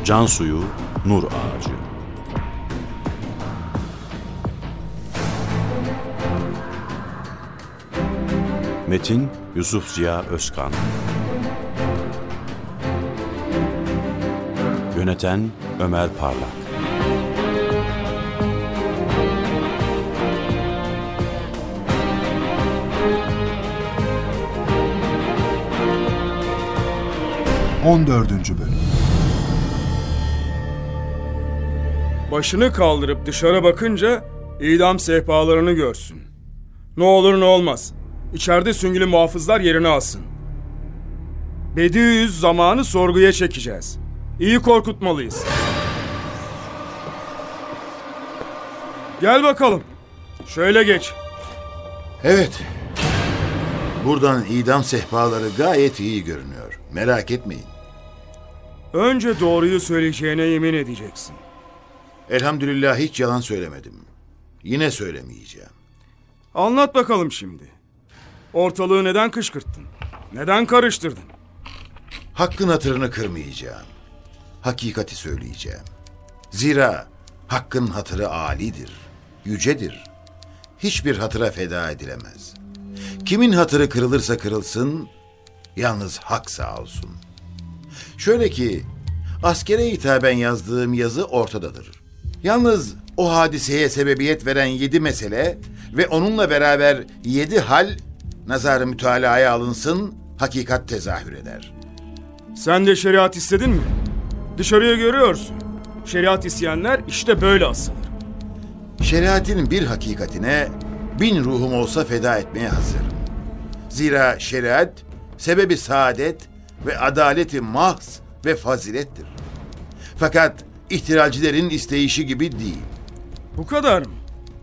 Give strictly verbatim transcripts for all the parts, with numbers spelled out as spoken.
Can suyu, nur ağacı. Metin Yusuf Ziya Özkan. Yöneten Ömer Parlak. on dördüncü bölüm. Başını kaldırıp dışarı bakınca idam sehpalarını görsün. Ne olur ne olmaz. İçeride süngülü muhafızlar yerini alsın. Bediüz zamanı sorguya çekeceğiz. İyi korkutmalıyız. Gel bakalım. Şöyle geç. Evet. Buradan idam sehpaları gayet iyi görünüyor. Merak etmeyin. Önce doğruyu söyleyeceğine yemin edeceksin. Elhamdülillah hiç yalan söylemedim. Yine söylemeyeceğim. Anlat bakalım şimdi. Ortalığı neden kışkırttın? Neden karıştırdın? Hakkın hatırını kırmayacağım. Hakikati söyleyeceğim. Zira hakkın hatırı âlidir, yücedir. Hiçbir hatıra feda edilemez. Kimin hatırı kırılırsa kırılsın, yalnız hak sağ olsun. Şöyle ki, askere hitaben yazdığım yazı ortadadır. Yalnız o hadiseye sebebiyet veren yedi mesele ve onunla beraber yedi hal nazar-ı mütalaya alınsın, hakikat tezahür eder. Sen de şeriat istedin mi? Dışarıya görüyorsun. Şeriat isteyenler işte böyle asılır. Şeriatin bir hakikatine bin ruhum olsa feda etmeye hazırım. Zira şeriat sebebi saadet ve adaleti mahz ve fazilettir. Fakat ihtiralcilerin isteyişi gibi değil. Bu kadar mı?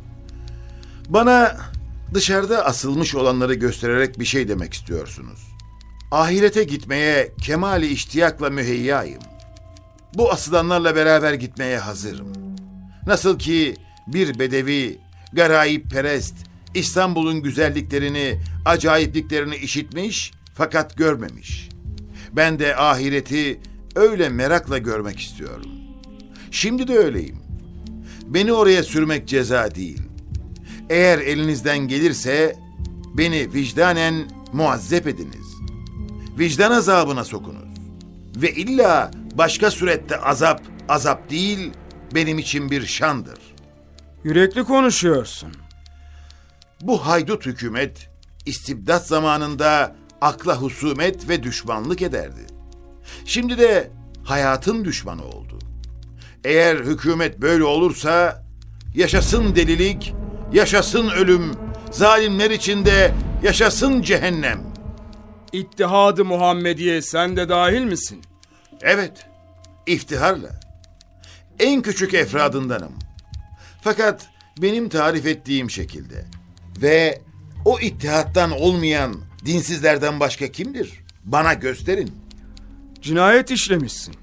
Bana dışarıda asılmış olanları göstererek bir şey demek istiyorsunuz. Ahirete gitmeye kemali iştiyakla müheyyayım. Bu asılanlarla beraber gitmeye hazırım. Nasıl ki bir bedevi, garayip perest, İstanbul'un güzelliklerini, acayipliklerini işitmiş fakat görmemiş. Ben de ahireti öyle merakla görmek istiyorum. Şimdi de öyleyim. Beni oraya sürmek ceza değil. Eğer elinizden gelirse beni vicdanen muazzep ediniz. Vicdan azabına sokunuz. Ve illa başka surette azap, azap değil, benim için bir şandır. Yürekli konuşuyorsun. Bu haydut hükümet, istibdat zamanında akla husumet ve düşmanlık ederdi. Şimdi de hayatın düşmanı oldu. Eğer hükümet böyle olursa, yaşasın delilik, yaşasın ölüm, zalimler içinde yaşasın cehennem. İttihad-ı Muhammediye sen de dahil misin? Evet, iftiharla. En küçük efradındanım. Fakat benim tarif ettiğim şekilde. Ve o ittihattan olmayan dinsizlerden başka kimdir? Bana gösterin. Cinayet işlemişsin.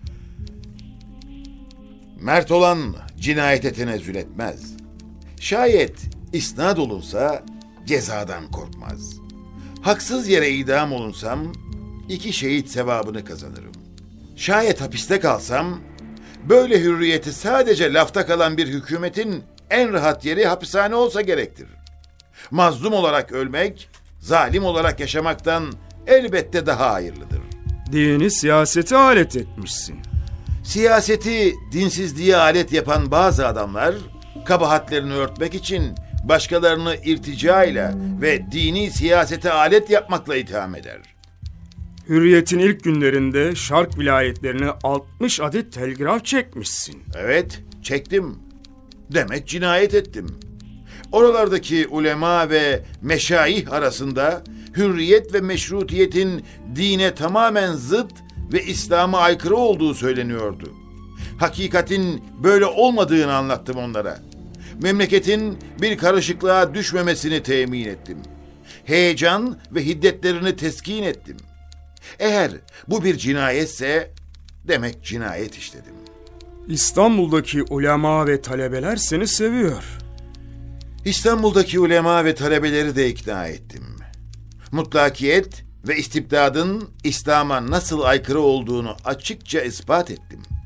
Mert olan cinayete tenezzül etmez. Şayet isnat olunsa cezadan korkmaz. Haksız yere idam olunsam iki şehit sevabını kazanırım. Şayet hapiste kalsam böyle hürriyeti sadece lafta kalan bir hükümetin en rahat yeri hapishane olsa gerektir. Mazlum olarak ölmek, zalim olarak yaşamaktan elbette daha hayırlıdır. Dini siyasete alet etmişsin. Siyaseti dinsizliğe alet yapan bazı adamlar, kabahatlerini örtmek için başkalarını irtica ile ve dini siyasete alet yapmakla itham eder. Hürriyet'in ilk günlerinde Şark vilayetlerine altmış adet telgraf çekmişsin. Evet, çektim. Demek cinayet ettim. Oralardaki ulema ve meşayih arasında hürriyet ve meşrutiyetin dine tamamen zıt ve İslam'a aykırı olduğu söyleniyordu. Hakikatin böyle olmadığını anlattım onlara. Memleketin bir karışıklığa düşmemesini temin ettim. Heyecan ve hiddetlerini teskin ettim. Eğer bu bir cinayetse demek cinayet işledim. İstanbul'daki ulema ve talebeler seni seviyor. İstanbul'daki ulema ve talebeleri de ikna ettim. Mutlakiyet ve istibdadın İslam'a nasıl aykırı olduğunu açıkça ispat ettim.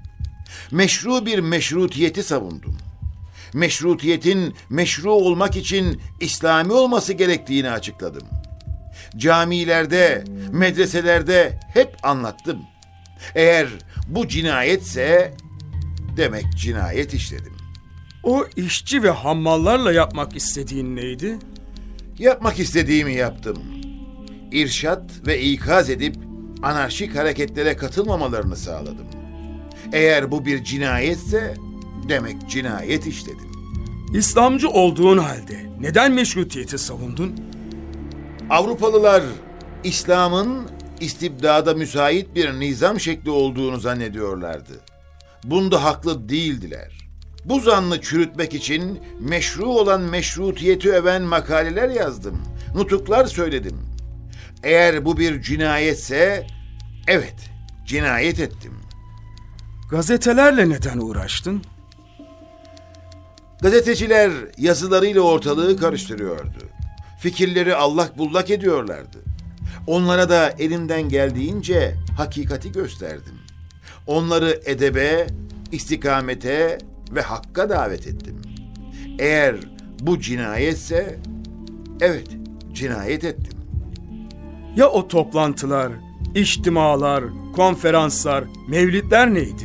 Meşru bir meşrutiyeti savundum. Meşrutiyetin meşru olmak için İslami olması gerektiğini açıkladım. Camilerde, medreselerde hep anlattım. Eğer bu cinayetse demek cinayet işledim. O işçi ve hammallarla yapmak istediğin neydi? Yapmak istediğimi yaptım. İrşat ve ikaz edip anarşik hareketlere katılmamalarını sağladım. Eğer bu bir cinayetse demek cinayet işledim. İslamcı olduğun halde neden meşrutiyeti savundun? Avrupalılar İslam'ın istibdada müsait bir nizam şekli olduğunu zannediyorlardı. Bunda haklı değildiler. Bu zannı çürütmek için meşru olan meşrutiyeti öven makaleler yazdım, nutuklar söyledim. Eğer bu bir cinayetse, evet, cinayet ettim. Gazetelerle neden uğraştın? Gazeteciler yazılarıyla ortalığı karıştırıyordu. Fikirleri allak bullak ediyorlardı. Onlara da elimden geldiğince hakikati gösterdim. Onları edebe, istikamete ve hakka davet ettim. Eğer bu cinayetse, evet, cinayet ettim. Ya o toplantılar, içtimalar, konferanslar, mevlidler neydi?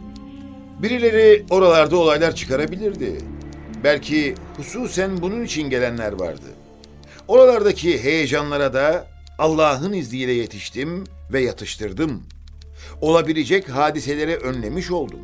Birileri oralarda olaylar çıkarabilirdi. Belki hususen bunun için gelenler vardı. Oralardaki heyecanlara da Allah'ın izniyle yetiştim ve yatıştırdım. Olabilecek hadiseleri önlemiş oldum.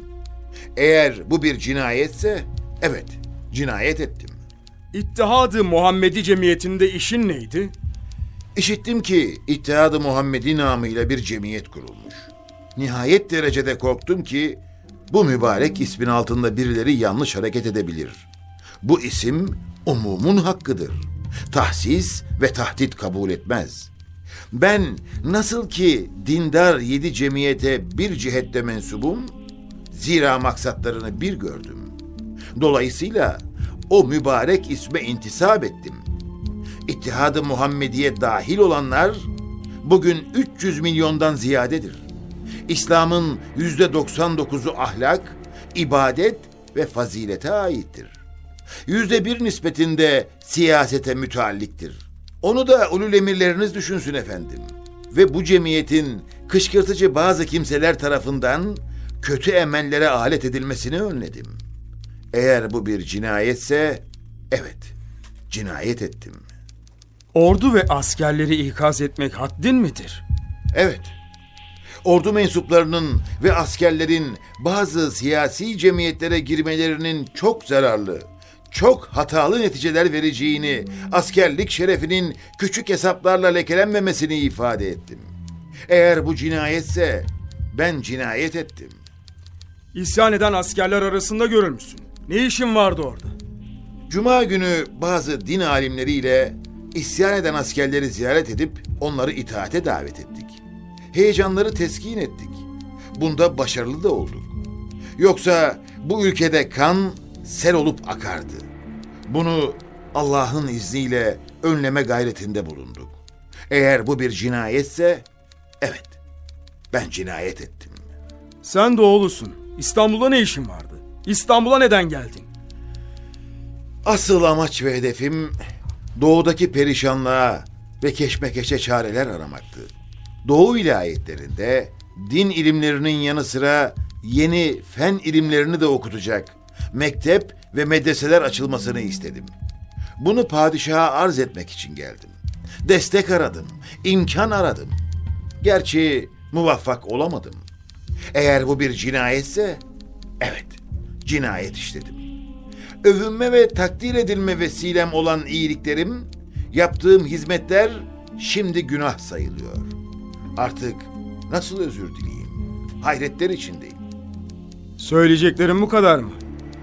Eğer bu bir cinayetse, evet, cinayet ettim. İttihad-ı Muhammedi Cemiyeti'nde işin neydi? İşittim ki İttihad-ı Muhammedi namıyla bir cemiyet kurulmuş. Nihayet derecede korktum ki bu mübarek ismin altında birileri yanlış hareket edebilir. Bu isim umumun hakkıdır. Tahsis ve tahdit kabul etmez. Ben nasıl ki dindar yedi cemiyete bir cihette mensubum, zira maksatlarını bir gördüm. Dolayısıyla o mübarek isme intisap ettim. İttihad-ı Muhammediye dahil olanlar bugün üç yüz milyondan ziyadedir. İslam'ın yüzde doksan dokuzu ahlak, ibadet ve fazilete aittir. Yüzde bir nispetinde siyasete mütealliktir. Onu da ulul emirleriniz düşünsün efendim. Ve bu cemiyetin kışkırtıcı bazı kimseler tarafından kötü emellere alet edilmesini önledim. Eğer bu bir cinayetse, evet, cinayet ettim. Ordu ve askerleri ikaz etmek haddin midir? Evet. Ordu mensuplarının ve askerlerin bazı siyasi cemiyetlere girmelerinin çok zararlı, çok hatalı neticeler vereceğini, askerlik şerefinin küçük hesaplarla lekelenmemesini ifade ettim. Eğer bu cinayetse ben cinayet ettim. İsyan eden askerler arasında görülmüşsün. Ne işin vardı orada? Cuma günü bazı din alimleriyle isyan eden askerleri ziyaret edip onları itaate davet ettik. Heyecanları teskin ettik. Bunda başarılı da olduk. Yoksa bu ülkede kan sel olup akardı. Bunu Allah'ın izniyle önleme gayretinde bulunduk. Eğer bu bir cinayetse, evet, ben cinayet ettim. Sen doğulusun. İstanbul'da ne işin vardı? İstanbul'a neden geldin? Asıl amaç ve hedefim doğudaki perişanlığa ve keşmekeşe çareler aramaktı. Doğu vilayetlerinde din ilimlerinin yanı sıra yeni fen ilimlerini de okutacak mektep ve medreseler açılmasını istedim. Bunu padişaha arz etmek için geldim. Destek aradım, imkan aradım. Gerçi muvaffak olamadım. Eğer bu bir cinayetse, evet, cinayet işledim. Övünme ve takdir edilme vesilem olan iyiliklerim, yaptığım hizmetler şimdi günah sayılıyor. Artık nasıl özür dileyeyim? Hayretler içindeyim. Söyleyeceklerim bu kadar mı?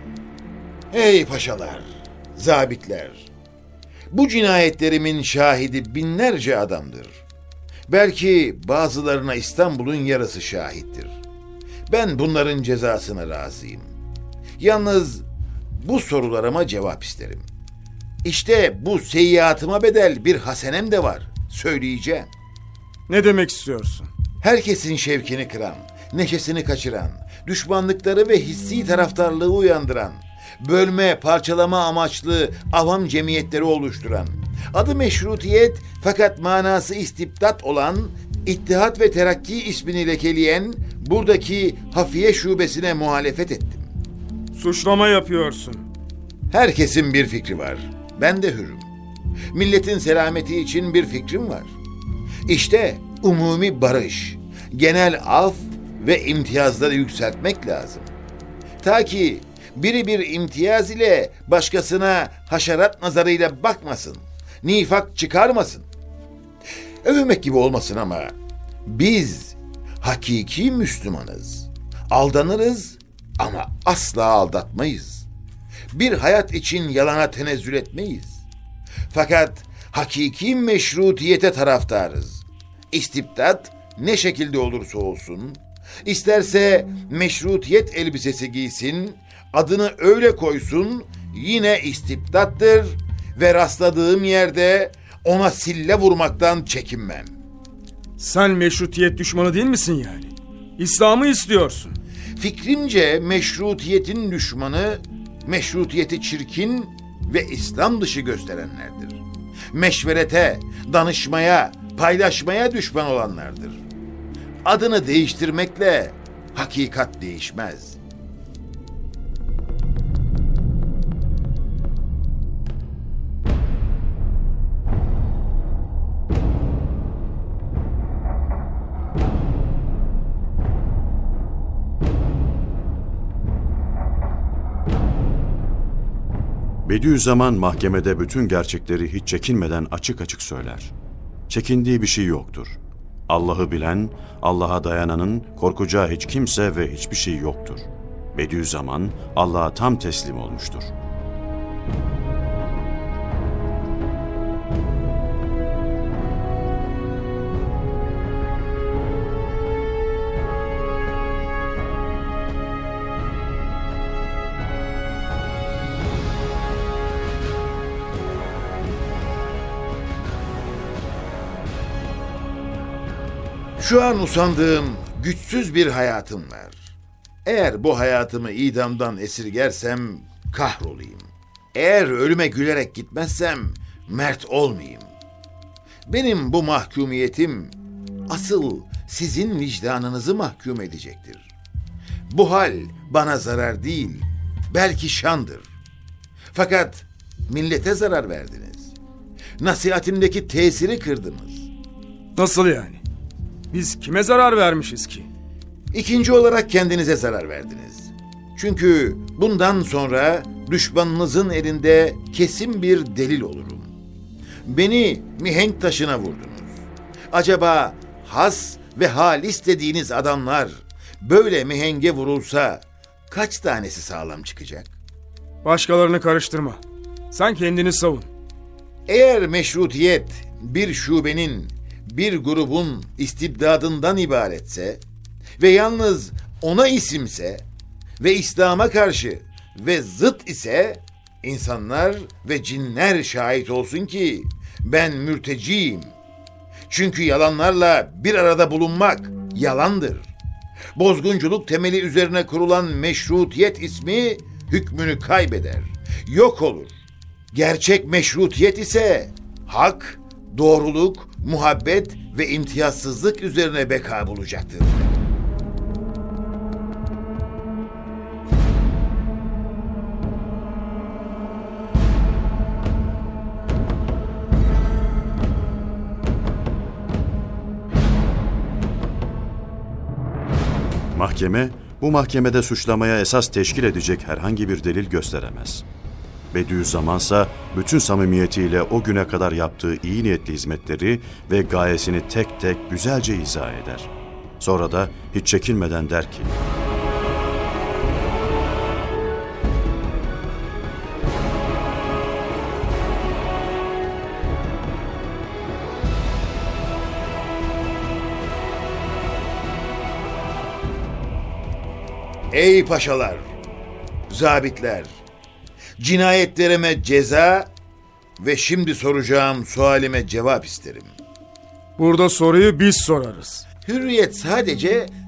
Ey paşalar, zabitler! Bu cinayetlerimin şahidi binlerce adamdır. Belki bazılarına İstanbul'un yarısı şahittir. Ben bunların cezasına razıyım. Yalnız bu sorularıma cevap isterim. İşte bu seyyiatıma bedel bir hasenem de var. Söyleyeceğim. Ne demek istiyorsun? Herkesin şevkini kıran, neşesini kaçıran, düşmanlıkları ve hissi taraftarlığı uyandıran, bölme, parçalama amaçlı avam cemiyetleri oluşturan, adı meşrutiyet fakat manası istibdat olan İttihat ve Terakki ismini lekeleyen buradaki hafiye şubesine muhalefet ettim. Suçlama yapıyorsun. Herkesin bir fikri var. Ben de hürüm. Milletin selameti için bir fikrim var. İşte umumi barış, genel af ve imtiyazları yükseltmek lazım. Ta ki biri bir imtiyaz ile başkasına haşerat nazarıyla bakmasın, nifak çıkarmasın. Övünmek gibi olmasın ama biz hakiki Müslümanız. Aldanırız ama asla aldatmayız. Bir hayat için yalana tenezzül etmeyiz. Fakat hakiki meşrutiyete taraftarız. İstibdat ne şekilde olursa olsun, isterse meşrutiyet elbisesi giysin, adını öyle koysun, yine istibdattır ve rastladığım yerde ona sille vurmaktan çekinmem. Sen meşrutiyet düşmanı değil misin yani? İslam'ı istiyorsun. Fikrimce meşrutiyetin düşmanı, meşrutiyeti çirkin ve İslam dışı gösterenlerdir. Meşverete, danışmaya, paylaşmaya düşman olanlardır. Adını değiştirmekle hakikat değişmez. Bediüzzaman mahkemede bütün gerçekleri hiç çekinmeden açık açık söyler. Çekindiği bir şey yoktur. Allah'ı bilen, Allah'a dayananın korkacağı hiç kimse ve hiçbir şey yoktur. Bediüzzaman Allah'a tam teslim olmuştur. Şu an usandığım güçsüz bir hayatım var. Eğer bu hayatımı idamdan esirgersem kahrolayım. Eğer ölüme gülerek gitmezsem mert olmayayım. Benim bu mahkumiyetim asıl sizin vicdanınızı mahkum edecektir. Bu hal bana zarar değil, belki şandır. Fakat millete zarar verdiniz. Nasihatimdeki tesiri kırdınız. Nasıl yani? Biz kime zarar vermişiz ki? İkinci olarak kendinize zarar verdiniz. Çünkü bundan sonra düşmanınızın elinde kesin bir delil olurum. Beni mihenk taşına vurdunuz. Acaba has ve halis dediğiniz adamlar böyle mihenge vurulsa kaç tanesi sağlam çıkacak? Başkalarını karıştırma. Sen kendini savun. Eğer meşrutiyet bir şubenin, bir grubun istibdadından ibaretse ve yalnız ona isimse ve İslam'a karşı ve zıt ise insanlar ve cinler şahit olsun ki ben mürteciyim. Çünkü yalanlarla bir arada bulunmak yalandır. Bozgunculuk temeli üzerine kurulan meşrutiyet ismi hükmünü kaybeder, yok olur. Gerçek meşrutiyet ise hak, doğruluk, muhabbet ve imtiyazsızlık üzerine beka bulacaktır. Mahkeme, bu mahkemede suçlamaya esas teşkil edecek herhangi bir delil gösteremez. Bediüzzamansa bütün samimiyetiyle o güne kadar yaptığı iyi niyetli hizmetleri ve gayesini tek tek güzelce izah eder. Sonra da hiç çekinmeden der ki: Ey paşalar, zabitler, cinayetlerime ceza ve şimdi soracağım sualime cevap isterim. Burada soruyu biz sorarız. Hürriyet sadece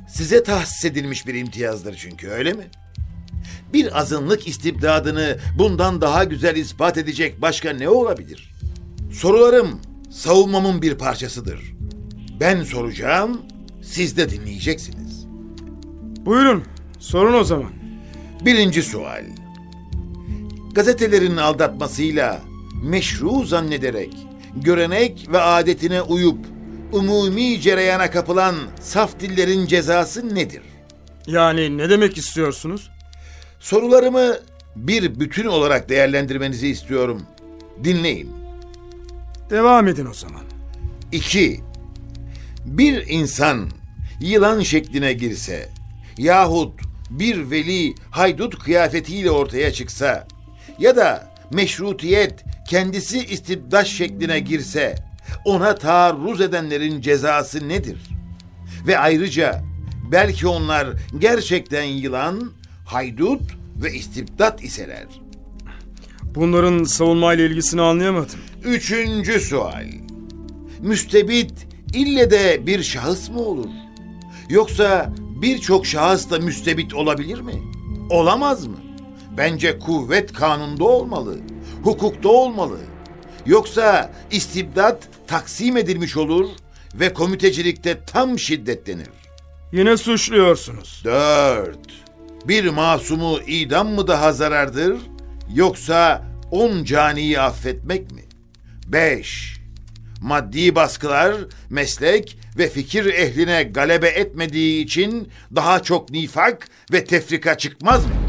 size tahsis edilmiş bir imtiyazdır çünkü, öyle mi? Bir azınlık istibdadını bundan daha güzel ispat edecek başka ne olabilir? Sorularım savunmamın bir parçasıdır. Ben soracağım, siz de dinleyeceksiniz. Buyurun, sorun o zaman. Birinci sual. Gazetelerin aldatmasıyla, meşru zannederek, görenek ve adetine uyup, umumi cereyana kapılan saf dillerin cezası nedir? Yani ne demek istiyorsunuz? Sorularımı bir bütün olarak değerlendirmenizi istiyorum. Dinleyin. Devam edin o zaman. İki. Bir insan yılan şekline girse yahut bir veli haydut kıyafetiyle ortaya çıksa ya da meşrutiyet kendisi istibdaş şekline girse ona taarruz edenlerin cezası nedir? Ve ayrıca belki onlar gerçekten yılan, haydut ve istibdat iseler. Bunların savunmayla ilgisini anlayamadım. Üçüncü sual. Müstebit ille de bir şahıs mı olur? Yoksa birçok şahıs da müstebit olabilir mi? Olamaz mı? Bence kuvvet kanunda olmalı, hukukta olmalı. Yoksa istibdat taksim edilmiş olur ve komitecilikte tam şiddetlenir. Yine suçluyorsunuz. Dört. Bir masumu idam mı daha zarardır, yoksa on caniyi affetmek mi? Beş. Maddi baskılar, meslek ve fikir ehline galebe etmediği için daha çok nifak ve tefrika çıkmaz mı?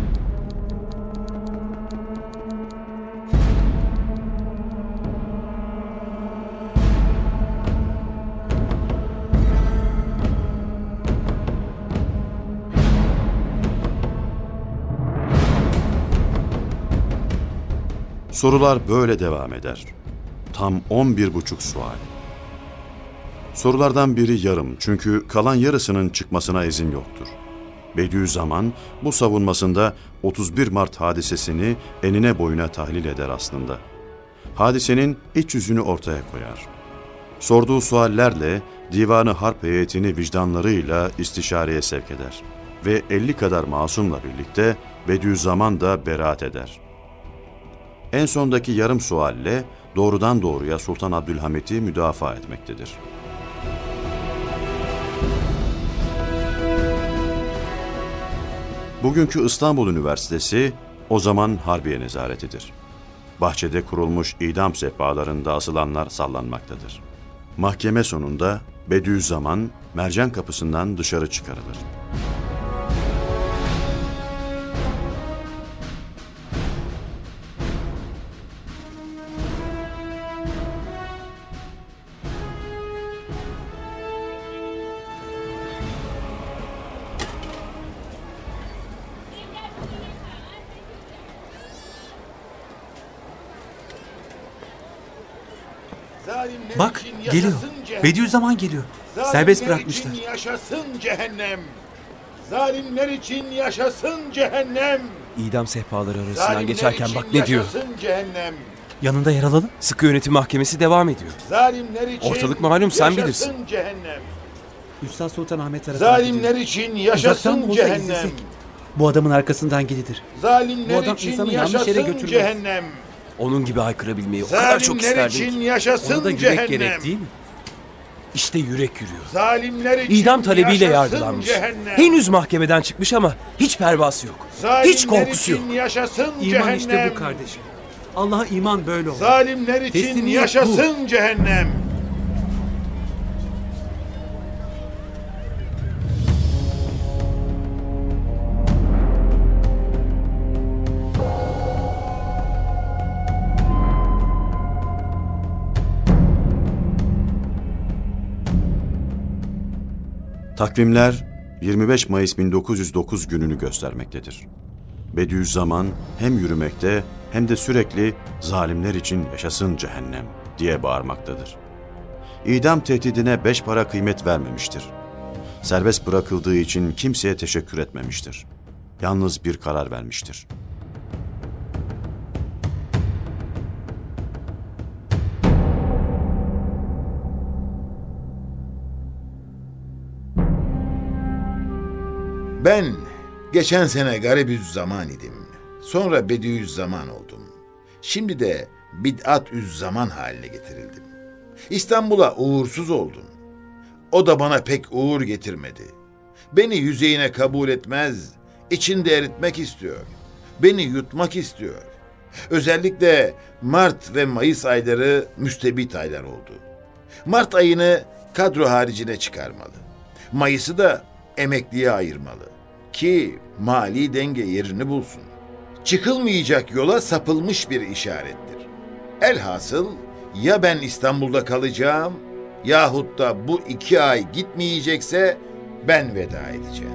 Sorular böyle devam eder. Tam on bir buçuk sual. Sorulardan biri yarım çünkü kalan yarısının çıkmasına izin yoktur. Bediüzzaman bu savunmasında otuz bir Mart hadisesini enine boyuna tahlil eder aslında. Hadisenin iç yüzünü ortaya koyar. Sorduğu suallerle Divan-ı Harp heyetini vicdanlarıyla istişareye sevk eder. Ve elli kadar masumla birlikte Bediüzzaman da beraat eder. En sondaki yarım sualle doğrudan doğruya Sultan Abdülhamit'i müdafaa etmektedir. Bugünkü İstanbul Üniversitesi o zaman Harbiye Nezaretidir. Bahçede kurulmuş idam sehpalarında asılanlar sallanmaktadır. Mahkeme sonunda Bediüzzaman mercan kapısından dışarı çıkarılır. Bak, geliyor. Bediüzzaman geliyor. Serbest bırakmışlar. Zalimler için yaşasın cehennem. Zalimler için yaşasın cehennem. İdam sehpaları arasından Zalimler geçerken için bak ne diyor. yaşasın cehennem. Yanında yer alalım. Sıkı yönetim mahkemesi devam ediyor. Zalimler için Ortalık malum, sen yaşasın bilirsin. cehennem. Üstad Sultan Ahmet tarafından Zalimler için yaşasın cehennem. Bu adamın arkasından gidilir. Zalimler Bu adam için insanı yanlış yere yaşasın götürmez. cehennem. Onun gibi haykırabilmeyi o kadar çok Zalimler isterdim için ki. yaşasın Ona da yürek cehennem. gerek değil mi? İşte yürek yürüyor. Zalimler için İdam talebiyle yaşasın yargılanmış. cehennem. Henüz mahkemeden çıkmış ama hiç pervası yok. Zalimler Hiç korkusu yok. için yaşasın İman cehennem. işte bu kardeşim. Allah'a iman böyle olur. Zalimler için Teslimiyet yaşasın cehennem. Takvimler yirmi beş Mayıs bin dokuz yüz dokuz gününü göstermektedir. Bediüzzaman hem yürümekte hem de sürekli zalimler için yaşasın cehennem diye bağırmaktadır. İdam tehdidine beş para kıymet vermemiştir. Serbest bırakıldığı için kimseye teşekkür etmemiştir. Yalnız bir karar vermiştir. Ben geçen sene Garibüzzaman idim. Sonra Bediüzzaman oldum. Şimdi de Bid'at-üz-Zaman haline getirildim. İstanbul'a uğursuz oldum. O da bana pek uğur getirmedi. Beni yüzeyine kabul etmez, içinde eritmek istiyor. Beni yutmak istiyor. Özellikle Mart ve Mayıs ayları müstebit aylar oldu. Mart ayını kadro haricine çıkarmalı. Mayıs'ı da emekliye ayırmalı. Ki mali denge yerini bulsun. Çıkılmayacak yola sapılmış bir işarettir. Elhasıl ya ben İstanbul'da kalacağım yahut da bu iki ay gitmeyecekse ben veda edeceğim.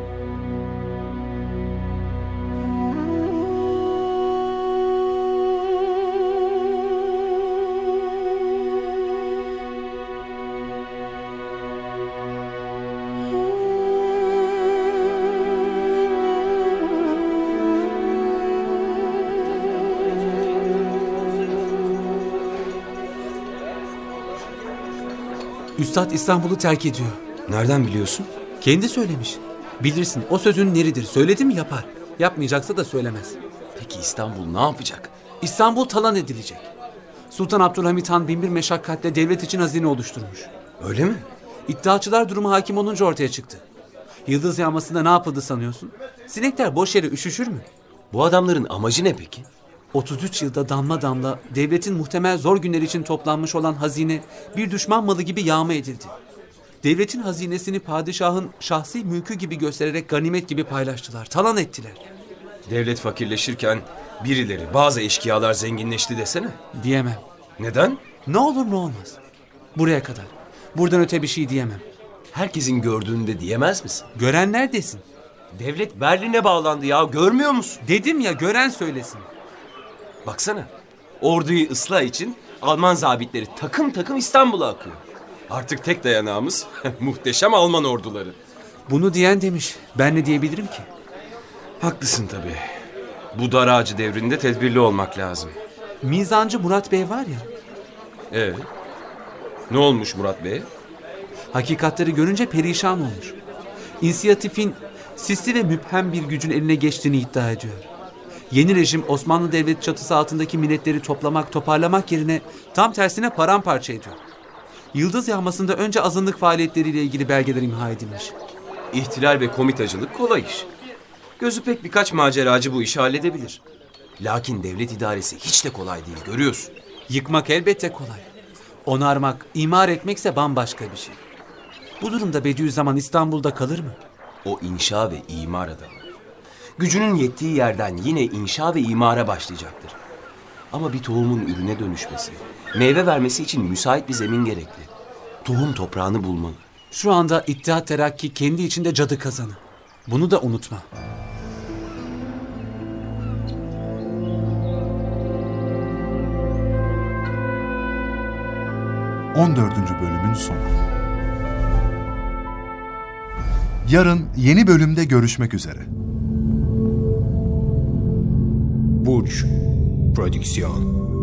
Üstad İstanbul'u terk ediyor. Nereden biliyorsun? Kendi söylemiş. Bilirsin o sözün neridir. Söyledi mi yapar. Yapmayacaksa da söylemez. Peki İstanbul ne yapacak? İstanbul talan edilecek. Sultan Abdülhamit Han binbir meşakkatle devlet için hazine oluşturmuş. Öyle mi? İddiaçılar duruma hakim olunca ortaya çıktı. Yıldız yağmasında ne yapıldı sanıyorsun? Sinekler boş yere üşüşür mü? Bu adamların amacı ne peki? otuz üç yılda damla damla devletin muhtemel zor günler için toplanmış olan hazine bir düşman malı gibi yağma edildi. Devletin hazinesini padişahın şahsi mülkü gibi göstererek ganimet gibi paylaştılar, talan ettiler. Devlet fakirleşirken birileri, bazı eşkıyalar zenginleşti desene. Diyemem. Neden? Ne olur ne olmaz. Buraya kadar. Buradan öte bir şey diyemem. Herkesin gördüğünde diyemez misin? Görenler desin. Devlet Berlin'e bağlandı ya, görmüyor musun? Dedim ya, gören söylesin. Baksana, orduyu ıslah için Alman zabitleri takım takım İstanbul'a akıyor. Artık tek dayanağımız muhteşem Alman orduları. Bunu diyen demiş. Ben ne diyebilirim ki? Haklısın tabii. Bu dar ağacı devrinde tedbirli olmak lazım. Mizancı Murat Bey var ya. Ee, ne olmuş Murat Bey'e? Hakikatleri görünce perişan olmuş. İnisiyatifin sisli ve müphem bir gücün eline geçtiğini iddia ediyor. Yeni rejim Osmanlı Devleti çatısı altındaki milletleri toplamak, toparlamak yerine tam tersine paramparça ediyor. Yıldız yağmasında önce azınlık faaliyetleriyle ilgili belgeler imha edilmiş. İhtilal ve komitacılık kolay iş. Gözü pek birkaç maceracı bu işi halledebilir. Lakin devlet idaresi hiç de kolay değil, görüyorsun. Yıkmak elbette kolay. Onarmak, imar etmekse bambaşka bir şey. Bu durumda Bediüzzaman İstanbul'da kalır mı? O inşa ve imar adamı. Gücünün yettiği yerden yine inşa ve imara başlayacaktır. Ama bir tohumun ürüne dönüşmesi, meyve vermesi için müsait bir zemin gerekli. Tohum toprağını bulmalı. Şu anda İttihat Terakki kendi içinde cadı kazanı. Bunu da unutma. on dördüncü bölümün sonu. Yarın yeni bölümde görüşmek üzere. Burç Prodüksiyon.